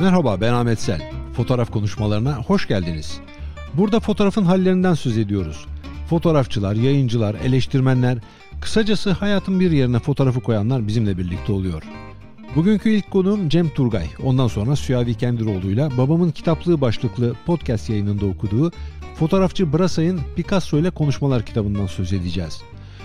Merhaba, ben Ahmet Sel. Fotoğraf konuşmalarına hoş geldiniz. Burada fotoğrafın hallerinden söz ediyoruz. Fotoğrafçılar, yayıncılar, eleştirmenler, kısacası hayatın bir yerine fotoğrafı koyanlar bizimle birlikte oluyor. Bugünkü ilk konuğum Cem Turgay. Ondan sonra Süavi Kendiroğlu'yla babamın kitaplığı başlıklı podcast yayınında okuduğu fotoğrafçı Brasay'ın Picasso ile Konuşmalar kitabından söz edeceğiz.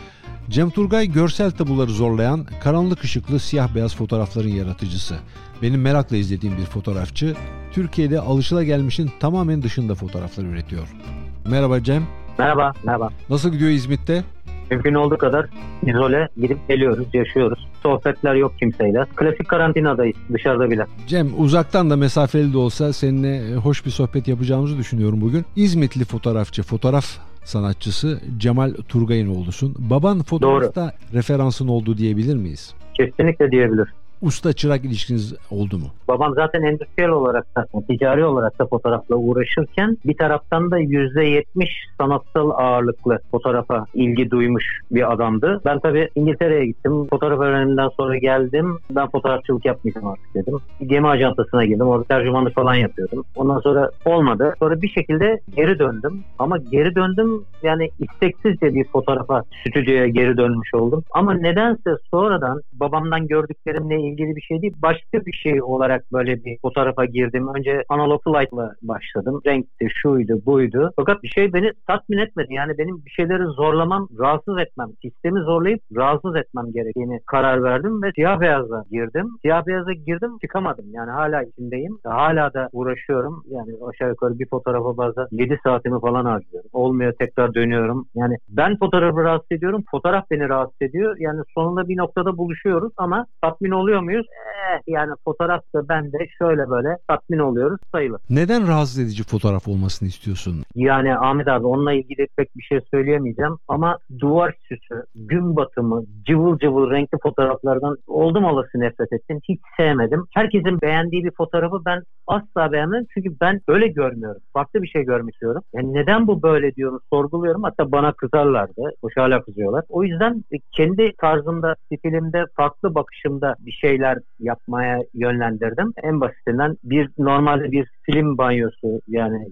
Cem Turgay görsel tabuları zorlayan karanlık ışıklı siyah beyaz fotoğrafların yaratıcısı. Benim merakla izlediğim bir fotoğrafçı, Türkiye'de alışılagelmişin tamamen dışında fotoğraflar üretiyor. Merhaba Cem. Merhaba. Nasıl gidiyor İzmit'te? Mümkün olduğu kadar izole gidip geliyoruz, yaşıyoruz. Sohbetler yok kimseyle. Klasik karantinadayız dışarıda bile. Cem, uzaktan da mesafeli de olsa seninle hoş bir sohbet yapacağımızı düşünüyorum bugün. İzmitli fotoğrafçı, fotoğraf sanatçısı Cemal Turgay'ın oğlusun. Baban fotoğrafta referansın oldu diyebilir miyiz? Kesinlikle diyebilir. Usta çırak ilişkiniz oldu mu? Babam zaten endüstriyel olarak da, ticari olarak da fotoğrafla uğraşırken bir taraftan da %70 sanatsal ağırlıklı fotoğrafa ilgi duymuş bir adamdı. Ben tabii İngiltere'ye gittim. Fotoğraf öğreniminden sonra geldim. Ben fotoğrafçılık yapmayacağım artık dedim. Gemi ajantasına girdim. Orada tercümanlık falan yapıyordum. Ondan sonra olmadı. Sonra bir şekilde geri döndüm. Ama geri döndüm yani isteksizce bir fotoğrafa, stüdyoya geri dönmüş oldum. Ama nedense sonradan babamdan gördüklerimle ilgili bir şey değil, başka bir şey olarak böyle bir fotoğrafa girdim. Önce analog light'la başladım. Renkti, şuydu, buydu. Fakat bir şey beni tatmin etmedi. Yani benim bir şeyleri zorlamam, rahatsız etmem, sistemi zorlayıp rahatsız etmem gerektiğini karar verdim ve siyah beyaza girdim. Siyah beyaza girdim, çıkamadım. Yani hala içindeyim. Hala da uğraşıyorum. Yani aşağı yukarı bir fotoğrafa bazen 7 saatimi falan harcıyorum. Olmuyor, tekrar dönüyorum. Yani ben fotoğrafı rahatsız ediyorum, fotoğraf beni rahatsız ediyor. Yani sonunda bir noktada buluşuyoruz ama tatmin oluyor muyuz? Yani fotoğrafta ben de şöyle böyle tatmin oluyoruz sayılır. Neden rahatsız edici fotoğraf olmasını istiyorsun? Yani Ahmet abi onunla ilgili pek bir şey söyleyemeyeceğim ama duvar süsü, gün batımı, cıvıl cıvıl renkli fotoğraflardan oldum olası nefret ettim. Hiç sevmedim. Herkesin beğendiği bir fotoğrafı ben asla beğenmedim çünkü ben öyle görmüyorum. Farklı bir şey görmek istiyorum. Yani neden bu böyle diyorum, sorguluyorum. Hatta bana kızarlardı. Hoş hala kızıyorlar. O yüzden kendi tarzımda, stilimde, farklı bakışımda bir şeyler yapmaya yönlendirdim. En basitinden normalde bir film banyosu yani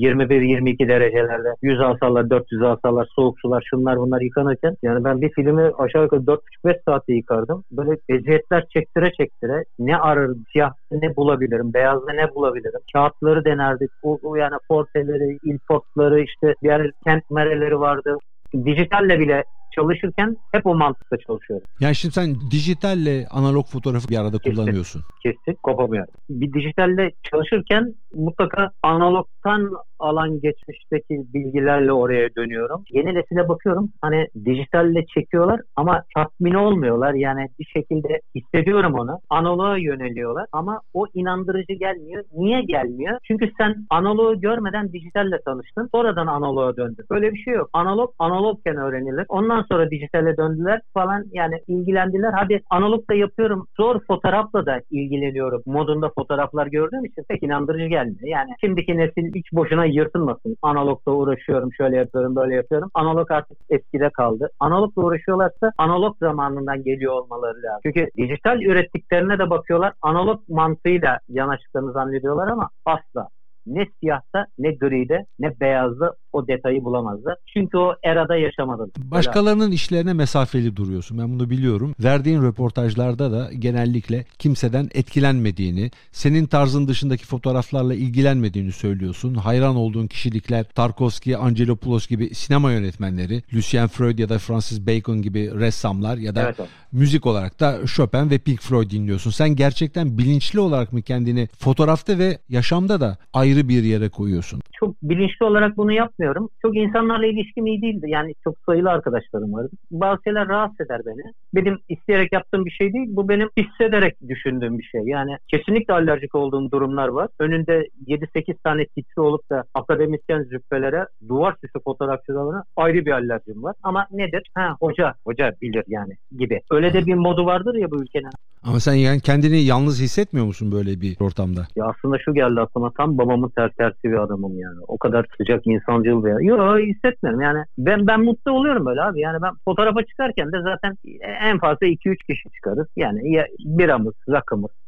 21-22 derecelerde 100 alsalar, 400 alsalar, soğuk sular, şunlar bunlar yıkanırken yani ben bir filmi aşağı yukarı 4,5-5 saatte yıkardım. Böyle eziyetler çektire ne ararım, siyahta ne bulabilirim, beyazda ne bulabilirim. Kağıtları denerdik. O yani portreleri, ilpotları işte diğer kent mereleri vardı. Dijitalle bile çalışırken hep o mantıkla çalışıyorum. Yani şimdi sen dijitalle analog fotoğrafı bir arada kullanıyorsun. Kesin kopamıyorum. Bir dijitalle çalışırken mutlaka analogtan alan geçmişteki bilgilerle oraya dönüyorum. Yeni nesile bakıyorum. Hani dijitalle çekiyorlar ama tatmin olmuyorlar. Yani bir şekilde hissediyorum onu. Analoğa yöneliyorlar ama o inandırıcı gelmiyor. Niye gelmiyor? Çünkü sen analogu görmeden dijitalle tanıştın. Sonradan analoğa döndün. Böyle bir şey yok. Analogken öğrenilir. Ondan sonra dijitale döndüler falan yani ilgilendiler. Hadi analog da yapıyorum. Zor fotoğrafla da ilgileniyorum. Modunda fotoğraflar gördüğüm için pek inandırıcı gelmiyor. Yani şimdiki nesil hiç boşuna yırtılmasın. Analogla uğraşıyorum, şöyle yapıyorum, böyle yapıyorum. Analog artık eskide kaldı. Analogla uğraşıyorlarsa analog zamanından geliyor olmaları lazım. Çünkü dijital ürettiklerine de bakıyorlar. Analog mantığıyla yanaştıklarını zannediyorlar ama asla. Ne siyahta, ne gride, ne beyazda o detayı bulamazlar. Çünkü o erada yaşamadılar. Başkalarının işlerine mesafeli duruyorsun. Ben bunu biliyorum. Verdiğin röportajlarda da genellikle kimseden etkilenmediğini, senin tarzın dışındaki fotoğraflarla ilgilenmediğini söylüyorsun. Hayran olduğun kişilikler Tarkovski, Angelopoulos gibi sinema yönetmenleri, Lucien Freud ya da Francis Bacon gibi ressamlar ya da müzik olarak da Chopin ve Pink Floyd dinliyorsun. Sen gerçekten bilinçli olarak mı kendini fotoğrafta ve yaşamda da ayrı bir yere koyuyorsun? Çok bilinçli olarak bunu yapmıyorum. Çok insanlarla ilişkim iyi değildi. Yani çok sayılı arkadaşlarım vardı. Bazı şeyler rahatsız eder beni. Benim isteyerek yaptığım bir şey değil. Bu benim hissederek düşündüğüm bir şey. Yani kesinlikle alerjik olduğum durumlar var. Önünde 7-8 tane titri olup da akademisyen züppelere, duvar süsü fotoğrafçılarına ayrı bir alerjim var. Ama nedir? Hoca bilir yani gibi. Öyle de bir modu vardır ya bu ülkenin. Ama sen yani kendini yalnız hissetmiyor musun böyle bir ortamda? Ya aslında şu geldi aklıma, tam babamın tersi bir adamım yani. O kadar sıcak, insancıl bir adam. Yok, hissetmiyorum yani. Ben mutlu oluyorum böyle abi. Yani ben fotoğrafa çıkarken de zaten en fazla 2-3 kişi çıkarız. Yani ya biramız, rakımız,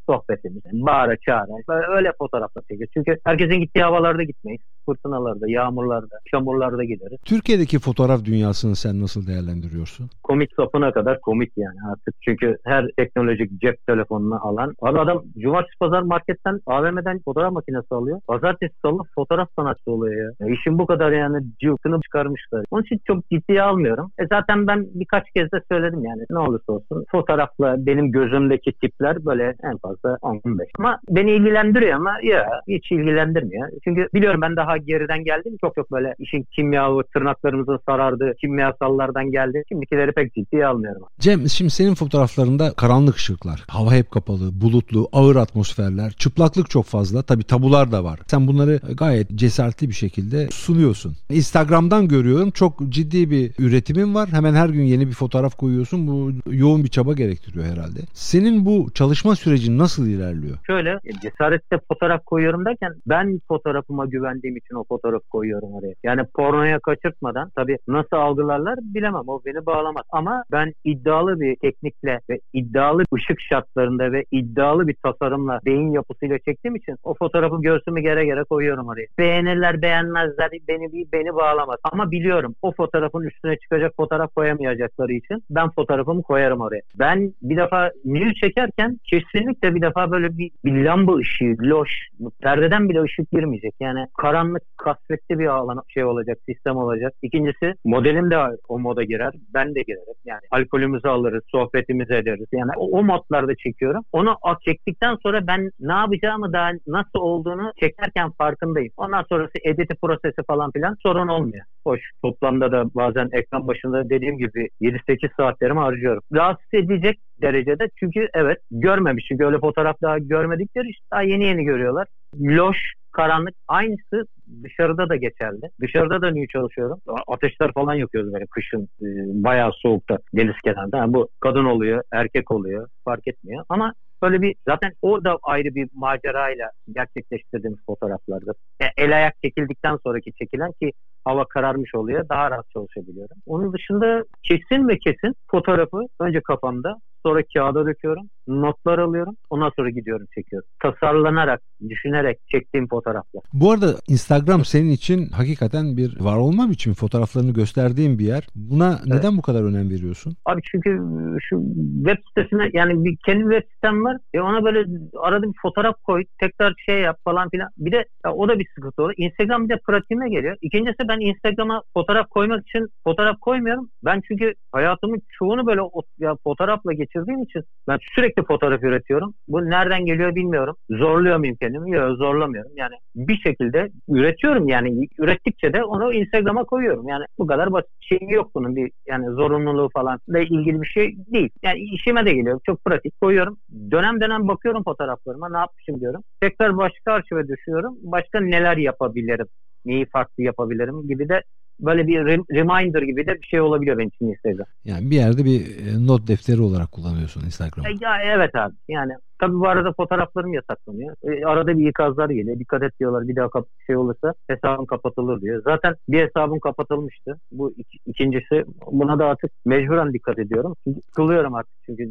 sohbetimiz, bağıra çağıra öyle fotoğraflar çekiyoruz. Çünkü herkesin gittiği havalarda gitmeyiz. Fırtınalarda, yağmurlarda, çamurlarda gideriz. Türkiye'deki fotoğraf dünyasını sen nasıl değerlendiriyorsun? Komik sapına kadar komik yani artık. Çünkü her teknolojik cep telefonunu alan. Abi adam cumartesi pazar marketten, AVM'den fotoğraf makinesi alıyor. Pazartesi salı fotoğraf sanatçısı oluyor ya. İşin bu kadar yani cıvkını çıkarmışlar. Onun için çok ciddiye almıyorum. Zaten ben birkaç kez de söyledim yani. Ne olursa olsun fotoğrafla benim gözümdeki tipler böyle en fazla 15. Ama beni ilgilendiriyor ama ya hiç ilgilendirmiyor. Çünkü biliyorum ben daha geriden geldim. Çok böyle işin kimyalı tırnaklarımızın sarardığı kimyasallardan geldi. Şimdikileri pek ciddiye almıyorum. Cem, şimdi senin fotoğraflarında karanlık ışıklar, hava hep kapalı, bulutlu, ağır atmosferler, çıplaklık çok fazla. Tabii tabular da var. Sen bunları gayet cesaretli bir şekilde sunuyorsun. Instagram'dan görüyorum, çok ciddi bir üretimin var. Hemen her gün yeni bir fotoğraf koyuyorsun. Bu yoğun bir çaba gerektiriyor herhalde. Senin bu çalışma sürecin nasıl ilerliyor? Şöyle, cesaretle fotoğraf koyuyorum derken ben fotoğrafıma güvendiğim için o fotoğrafı koyuyorum oraya. Yani pornoya kaçırtmadan tabii nasıl algılarlar bilemem. O beni bağlamaz. Ama ben iddialı bir teknikle ve iddialı ışık şartlarında ve iddialı bir tasarımla, beyin yapısıyla çektiğim için o fotoğrafı göğsümü gere koyuyorum oraya. Beğenirler beğenmezler beni bağlamaz. Ama biliyorum o fotoğrafın üstüne çıkacak fotoğraf koyamayacakları için ben fotoğrafımı koyarım oraya. Ben bir defa nude çekerken kesinlikle bir defa böyle bir lamba ışığı, loş, perdeden bile ışık girmeyecek. Yani karanlık, kasvetli bir alan olacak, sistem olacak. İkincisi modelim de o moda girer. Ben de girerim. Yani alkolümüzü alırız, sohbetimizi ederiz. Yani o modlarda çekiyorum. Onu çektikten sonra ben ne yapacağımı daha nasıl olduğunu çekerken farkındayım. Ondan sonrası editi prosesi falan filan sorun olmuyor. Hoş. Toplamda da bazen ekran başında dediğim gibi 7-8 saatlerimi harcıyorum. Rahatsız edecek derecede çünkü evet görmemiş. Çünkü öyle fotoğraf daha görmedikleri işte daha yeni görüyorlar. Loş, karanlık aynısı dışarıda da geçerli. Dışarıda da nude çalışıyorum. Ateşler falan yakıyoruz böyle kışın bayağı soğukta deniz kenarında. Yani bu kadın oluyor, erkek oluyor fark etmiyor. Ama böyle bir zaten o da ayrı bir macerayla gerçekleştirdiğimiz fotoğraflardır. Yani el ayak çekildikten sonraki çekilen ki hava kararmış oluyor. Daha rahat çalışabiliyorum. Onun dışında kesin fotoğrafı önce kafamda sonra kağıda döküyorum. Notlar alıyorum. Ondan sonra gidiyorum çekiyorum. Tasarlanarak, düşünerek çektiğim fotoğraflar. Bu arada Instagram senin için hakikaten bir var olma biçimi, fotoğraflarını gösterdiğin bir yer. Buna neden bu kadar önem veriyorsun? Abi çünkü şu web sitesine yani bir kendi web sitem var. Ona böyle arada bir fotoğraf koy, tekrar yap falan filan. Bir de o da bir sıkıntı olur. Instagram bir de pratiğime geliyor. İkincisi ben Instagram'a fotoğraf koymak için fotoğraf koymuyorum. Ben çünkü hayatımın çoğunu böyle fotoğrafla geçirdiğim için ben sürekli fotoğraf üretiyorum. Bu nereden geliyor bilmiyorum. Zorluyor muyum kendimi? Yok, zorlamıyorum. Yani bir şekilde üretiyorum. Yani ürettikçe de onu Instagram'a koyuyorum. Yani bu kadar basit şey yok bunun bir yani zorunluluğu falan ile ilgili bir şey değil. Yani işime de geliyor. Çok pratik koyuyorum. Dönem bakıyorum fotoğraflarıma. Ne yapmışım diyorum. Tekrar başka arşive düşüyorum. Başka neler yapabilirim? Neyi farklı yapabilirim gibi de böyle bir reminder gibi de bir şey olabiliyor benim için Instagram. Yani bir yerde bir not defteri olarak kullanıyorsun Instagram'ı. Ya evet abi. Yani tabii bu arada fotoğraflarım yasaklanıyor. Arada bir ikazlar geliyor. Dikkat et diyorlar. Bir daha şey olursa hesabın kapatılır diyor. Zaten bir hesabım kapatılmıştı. Bu ikincisi. Buna da artık mecburen dikkat ediyorum. Sıkılıyorum artık çünkü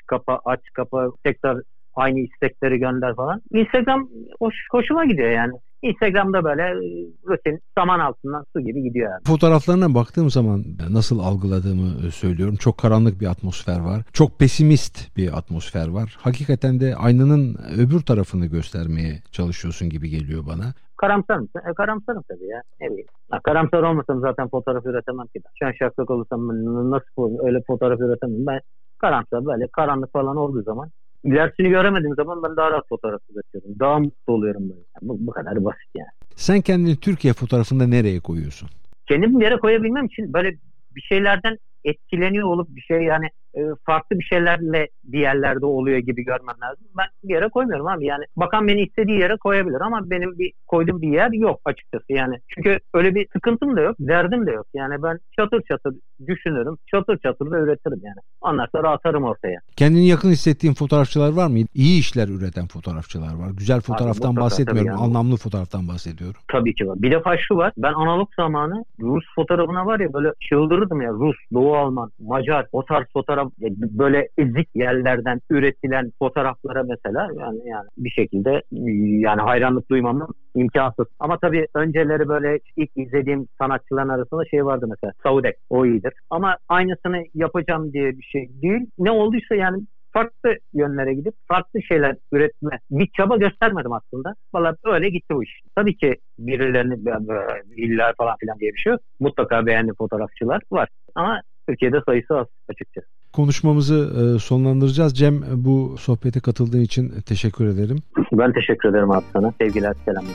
aç kapa tekrar aynı istekleri gönder falan. Instagram hoşuma gidiyor yani. Instagram'da böyle rutin saman altından su gibi gidiyor yani. Fotoğraflarına baktığım zaman nasıl algıladığımı söylüyorum. Çok karanlık bir atmosfer var. Çok pesimist bir atmosfer var. Hakikaten de aynanın öbür tarafını göstermeye çalışıyorsun gibi geliyor bana. Karamsar mısın? Karamsarım tabii ya. Ne bileyim. Karamsar olmasam zaten fotoğraf üretemem ki. Şu an şakrak olursam nasıl öyle fotoğraf üretemem. Ben karamsar böyle karanlık falan olduğu zaman İlerisini göremediğim zaman ben daha rahat fotoğraf üretiyorum. Daha mutlu oluyorum böyle. Bu kadar basit yani. Sen kendini Türkiye fotoğrafında nereye koyuyorsun? Kendimi bir yere koyabilmem için böyle bir şeylerden etkileniyor olup bir şey yani farklı bir şeylerle bir yerlerde oluyor gibi görmem lazım. Ben bir yere koymuyorum abi yani. Bakan beni istediği yere koyabilir ama benim bir koyduğum bir yer yok açıkçası yani. Çünkü öyle bir sıkıntım da yok, derdim de yok. Yani ben çatır düşünürüm, çatır da üretirim yani. Ondan sonra atarım ortaya. Kendini yakın hissettiğin fotoğrafçılar var mı? İyi işler üreten fotoğrafçılar var. Güzel fotoğraftan abi, bahsetmiyorum, yani. anlamlı fotoğraftan bahsediyorum. Tabii ki var. Bir defa şu var. Ben analog zamanı Rus fotoğrafına var ya böyle çıldırırdım ya. Rus, Doğu Alman, Macar o tarz fotoğraf fotoğraf böyle ezik yerlerden üretilen fotoğraflara mesela yani bir şekilde yani hayranlık duymam imkansız. Ama tabii önceleri böyle ilk izlediğim sanatçıların arasında şey vardı mesela. Saudek, o iyidir. Ama aynısını yapacağım diye bir şey değil. Ne olduysa yani farklı yönlere gidip farklı şeyler üretme. Bir çaba göstermedim aslında. Vallahi öyle gitti bu iş. Tabii ki birilerini iller falan filan diye bir şey yok. Mutlaka beğendiğim fotoğrafçılar var. Ama Türkiye'de sayısı az açıkçası. Konuşmamızı sonlandıracağız. Cem, bu sohbete katıldığın için teşekkür ederim. Ben teşekkür ederim abi sana. Sevgiler, selamlar.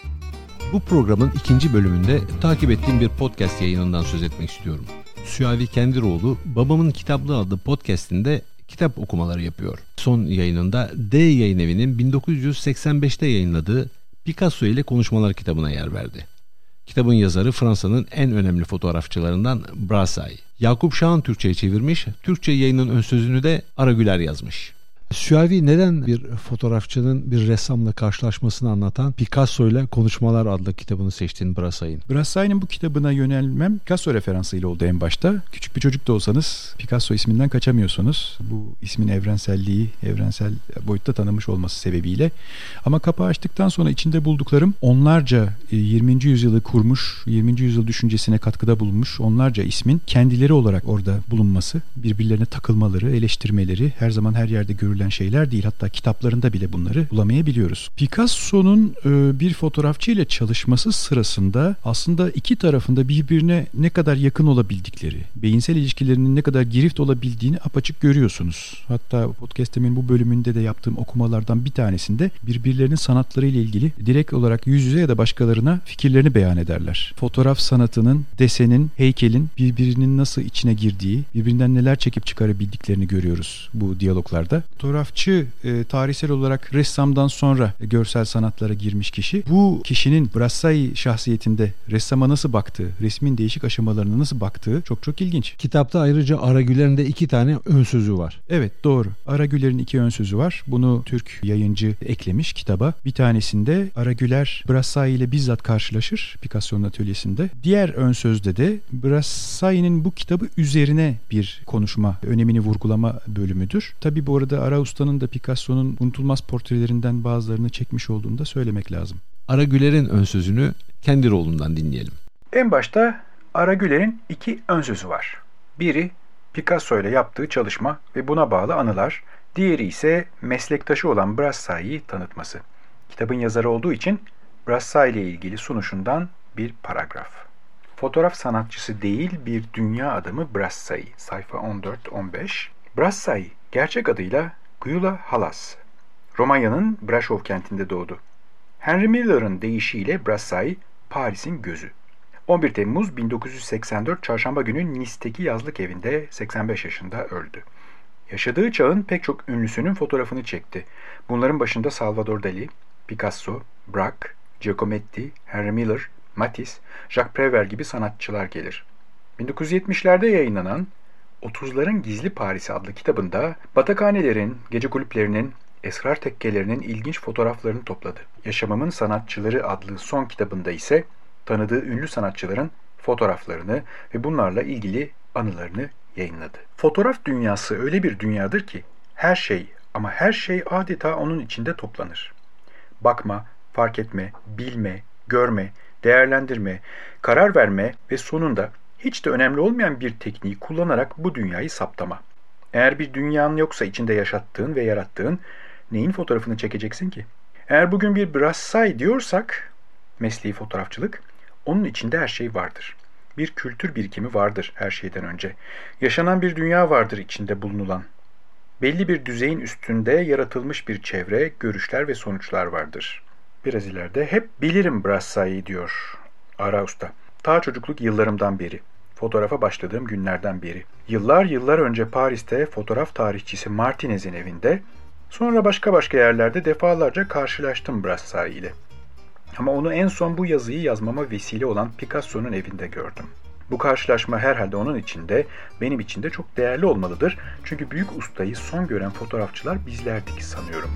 Bu programın 2. bölümünde takip ettiğim bir podcast yayınından söz etmek istiyorum. Süavi Kendiroğlu, Babamın Kitaplığı adlı podcastinde kitap okumaları yapıyor. Son yayınında D Yayınevi'nin 1985'te yayınladığı Picasso ile Konuşmalar kitabına yer verdi. Kitabın yazarı Fransa'nın en önemli fotoğrafçılarından Brassai. Yakup Şahan Türkçe'ye çevirmiş, Türkçe yayının ön sözünü de Ara Güler yazmış. Süavi, neden bir fotoğrafçının bir ressamla karşılaşmasını anlatan Picasso ile Konuşmalar adlı kitabını seçtin Brassai'nin? Brassai'nin bu kitabına yönelmem Picasso referansıyla oldu en başta. Küçük bir çocuk da olsanız Picasso isminden kaçamıyorsunuz. Bu ismin evrenselliği, evrensel boyutta tanınmış olması sebebiyle. Ama kapağı açtıktan sonra içinde bulduklarım onlarca 20. yüzyılı kurmuş, 20. yüzyıl düşüncesine katkıda bulunmuş onlarca ismin kendileri olarak orada bulunması, birbirlerine takılmaları, eleştirmeleri her zaman her yerde görülen şeyler değil. Hatta kitaplarında bile bunları bulamayabiliyoruz. Picasso'nun bir fotoğrafçıyla çalışması sırasında aslında iki tarafında birbirine ne kadar yakın olabildikleri, beyinsel ilişkilerinin ne kadar girift olabildiğini apaçık görüyorsunuz. Hatta podcast'imin bu bölümünde de yaptığım okumalardan bir tanesinde birbirlerinin sanatlarıyla ilgili direkt olarak yüz yüze ya da başkalarına fikirlerini beyan ederler. Fotoğraf sanatının, desenin, heykelin birbirinin nasıl içine girdiği, birbirinden neler çekip çıkarabildiklerini görüyoruz bu diyaloglarda. Fotoğrafçı tarihsel olarak ressamdan sonra görsel sanatlara girmiş kişi. Bu kişinin Brassai şahsiyetinde ressama nasıl baktığı, resmin değişik aşamalarına nasıl baktığı çok ilginç. Kitapta ayrıca Ara Güler'in de 2 tane ön sözü var. Evet, doğru. Ara Güler'in 2 ön sözü var. Bunu Türk yayıncı eklemiş kitaba. Bir tanesinde Ara Güler Brassai ile bizzat karşılaşır Picasso'nun atölyesinde. Diğer ön sözde de Brassai'nin bu kitabı üzerine bir konuşma, önemini vurgulama bölümüdür. Tabii bu arada Ara Usta'nın da Picasso'nun unutulmaz portrelerinden bazılarını çekmiş olduğunu da söylemek lazım. Ara Güler'in ön sözünü Kendiroğlu'ndan dinleyelim. En başta Ara Güler'in 2 ön sözü var. Biri Picasso ile yaptığı çalışma ve buna bağlı anılar. Diğeri ise meslektaşı olan Brassai'yi tanıtması. Kitabın yazarı olduğu için Brassai ile ilgili sunuşundan bir paragraf. Fotoğraf sanatçısı değil bir dünya adamı Brassai. Sayfa 14-15. Brassai gerçek adıyla Gyula Halas. Romanya'nın Brașov kentinde doğdu. Henry Miller'ın deyişiyle Brassai, Paris'in gözü. 11 Temmuz 1984 Çarşamba günü Nice'teki yazlık evinde 85 yaşında öldü. Yaşadığı çağın pek çok ünlüsünün fotoğrafını çekti. Bunların başında Salvador Dali, Picasso, Braque, Giacometti, Henry Miller, Matisse, Jacques Prévert gibi sanatçılar gelir. 1970'lerde yayınlanan 30'ların Gizli Paris'i adlı kitabında batakhanelerin, gece kulüplerinin, esrar tekkelerinin ilginç fotoğraflarını topladı. Yaşamımın Sanatçıları adlı son kitabında ise tanıdığı ünlü sanatçıların fotoğraflarını ve bunlarla ilgili anılarını yayınladı. Fotoğraf dünyası öyle bir dünyadır ki her şey ama her şey adeta onun içinde toplanır. Bakma, fark etme, bilme, görme, değerlendirme, karar verme ve sonunda hiç de önemli olmayan bir tekniği kullanarak bu dünyayı saptama. Eğer bir dünyanın yoksa içinde yaşattığın ve yarattığın, neyin fotoğrafını çekeceksin ki? Eğer bugün bir Brassai diyorsak, mesleği fotoğrafçılık, onun içinde her şey vardır. Bir kültür birikimi vardır her şeyden önce. Yaşanan bir dünya vardır içinde bulunulan. Belli bir düzeyin üstünde yaratılmış bir çevre, görüşler ve sonuçlar vardır. Biraz ileride hep bilirim Brassai diyor Ara Usta. Ta çocukluk yıllarımdan beri. Fotoğrafa başladığım günlerden beri. Yıllar önce Paris'te fotoğraf tarihçisi Martinez'in evinde, sonra başka yerlerde defalarca karşılaştım Brassai ile. Ama onu en son bu yazıyı yazmama vesile olan Picasso'nun evinde gördüm. Bu karşılaşma herhalde onun için de benim için de çok değerli olmalıdır. Çünkü büyük ustayı son gören fotoğrafçılar bizlerdik sanıyorum.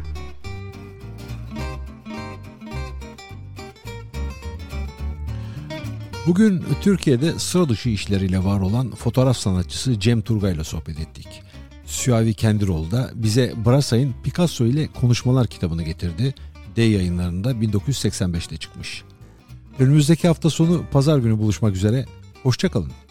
Bugün Türkiye'de sıra dışı işleriyle var olan fotoğraf sanatçısı Cem Turgay'la sohbet ettik. Süavi Kendiroğlu da bize Brassai'nin Picasso ile Konuşmalar kitabını getirdi. D yayınlarında 1985'te çıkmış. Önümüzdeki hafta sonu pazar günü buluşmak üzere. Hoşça kalın.